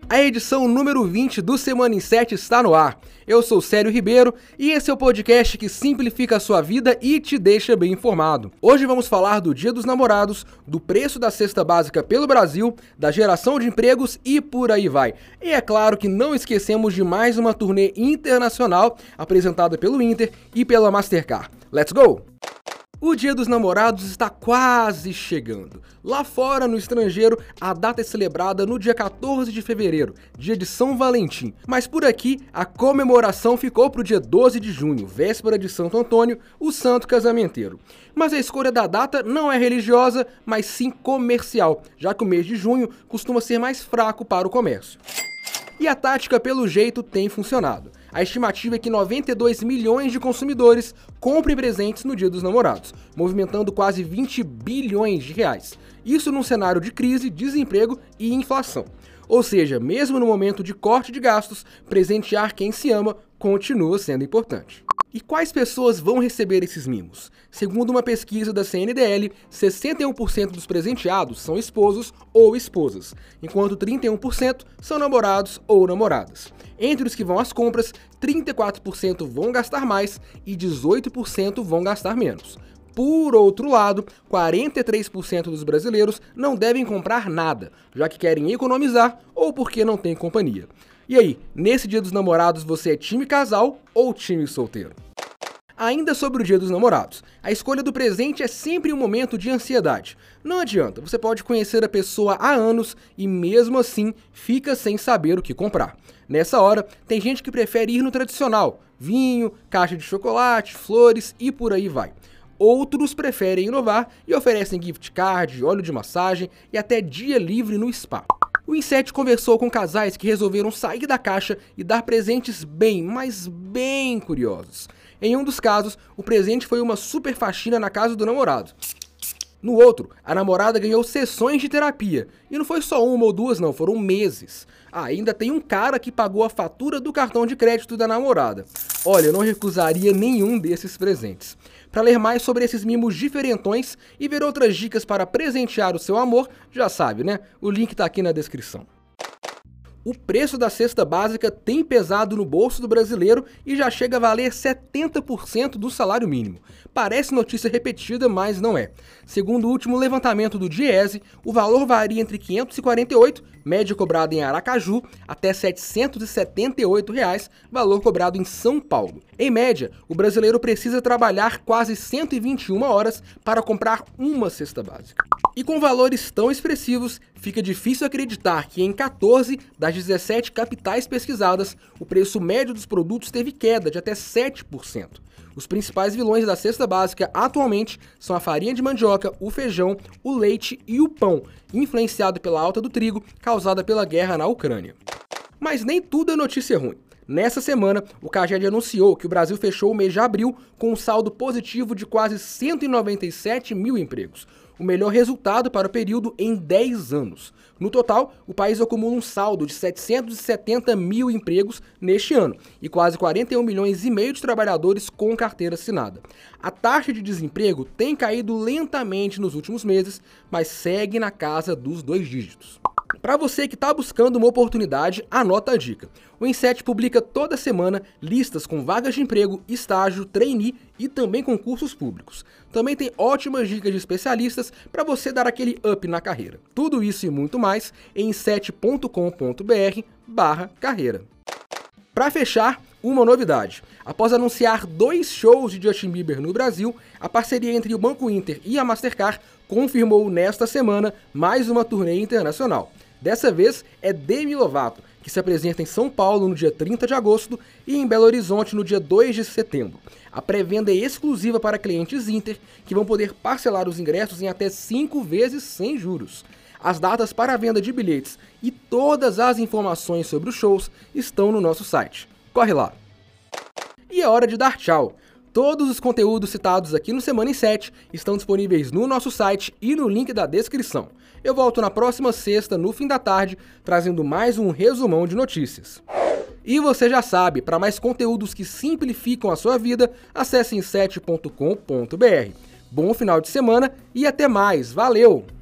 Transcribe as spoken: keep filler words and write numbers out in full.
A edição número vinte do Semana em sete está no ar. Eu sou Célio Ribeiro e esse é o podcast que simplifica a sua vida e te deixa bem informado. Hoje vamos falar do Dia dos Namorados, do preço da cesta básica pelo Brasil, da geração de empregos e por aí vai. E é claro que não esquecemos de mais uma turnê internacional apresentada pelo Inter e pela Mastercard. Let's go! O Dia dos Namorados está quase chegando. Lá fora, no estrangeiro, a data é celebrada no dia quatorze de fevereiro, dia de São Valentim. Mas por aqui, a comemoração ficou para o dia doze de junho, véspera de Santo Antônio, o santo casamenteiro. Mas a escolha da data não é religiosa, mas sim comercial, já que o mês de junho costuma ser mais fraco para o comércio. E a tática, pelo jeito, tem funcionado. A estimativa é que noventa e dois milhões de consumidores comprem presentes no Dia dos Namorados, movimentando quase vinte bilhões de reais. Isso num cenário de crise, desemprego e inflação. Ou seja, mesmo no momento de corte de gastos, presentear quem se ama continua sendo importante. E quais pessoas vão receber esses mimos? Segundo uma pesquisa da C N D L, sessenta e um por cento dos presenteados são esposos ou esposas, enquanto trinta e um por cento são namorados ou namoradas. Entre os que vão às compras, trinta e quatro por cento vão gastar mais e dezoito por cento vão gastar menos. Por outro lado, quarenta e três por cento dos brasileiros não devem comprar nada, já que querem economizar ou porque não têm companhia. E aí, nesse Dia dos Namorados você é time casal ou time solteiro? Ainda sobre o Dia dos Namorados, a escolha do presente é sempre um momento de ansiedade. Não adianta, você pode conhecer a pessoa há anos e mesmo assim fica sem saber o que comprar. Nessa hora, tem gente que prefere ir no tradicional, vinho, caixa de chocolate, flores e por aí vai. Outros preferem inovar e oferecem gift card, óleo de massagem e até dia livre no spa. O In sete conversou com casais que resolveram sair da caixa e dar presentes bem, mas bem curiosos. Em um dos casos, o presente foi uma super faxina na casa do namorado. No outro, a namorada ganhou sessões de terapia. E não foi só uma ou duas não, foram meses. Ah, ainda tem um cara que pagou a fatura do cartão de crédito da namorada. Olha, eu não recusaria nenhum desses presentes. Para ler mais sobre esses mimos diferentões e ver outras dicas para presentear o seu amor, já sabe, né? O link tá aqui na descrição. O preço da cesta básica tem pesado no bolso do brasileiro e já chega a valer setenta por cento do salário mínimo. Parece notícia repetida, mas não é. Segundo o último levantamento do Diese, o valor varia entre quinhentos e quarenta e oito, média cobrada em Aracaju, até setecentos e setenta e oito reais, valor cobrado em São Paulo. Em média, o brasileiro precisa trabalhar quase cento e vinte e uma horas para comprar uma cesta básica. E com valores tão expressivos, fica difícil acreditar que em quatorze das dezessete capitais pesquisadas, o preço médio dos produtos teve queda de até sete por cento. Os principais vilões da cesta básica atualmente são a farinha de mandioca, o feijão, o leite e o pão, influenciado pela alta do trigo causada pela guerra na Ucrânia. Mas nem tudo é notícia ruim. Nessa semana, o CAGED anunciou que o Brasil fechou o mês de abril com um saldo positivo de quase cento e noventa e sete mil empregos, o melhor resultado para o período em dez anos. No total, o país acumula um saldo de setecentos e setenta mil empregos neste ano e quase quarenta e um milhões e meio de trabalhadores com carteira assinada. A taxa de desemprego tem caído lentamente nos últimos meses, mas segue na casa dos dois dígitos. Para você que está buscando uma oportunidade, anota a dica. O In sete publica toda semana listas com vagas de emprego, estágio, trainee e também concursos públicos. Também tem ótimas dicas de especialistas para você dar aquele up na carreira. Tudo isso e muito mais em in sete ponto com ponto br barra carreira. Para fechar, uma novidade. Após anunciar dois shows de Justin Bieber no Brasil, a parceria entre o Banco Inter e a Mastercard confirmou nesta semana mais uma turnê internacional. Dessa vez é Demi Lovato, que se apresenta em São Paulo no dia trinta de agosto e em Belo Horizonte no dia dois de setembro. A pré-venda é exclusiva para clientes Inter, que vão poder parcelar os ingressos em até cinco vezes sem juros. As datas para a venda de bilhetes e todas as informações sobre os shows estão no nosso site. Corre lá! E é hora de dar tchau! Todos os conteúdos citados aqui no Semana em sete estão disponíveis no nosso site e no link da descrição. Eu volto na próxima sexta, no fim da tarde, trazendo mais um resumão de notícias. E você já sabe, para mais conteúdos que simplificam a sua vida, acesse in sete ponto com ponto br. Bom final de semana e até mais, valeu!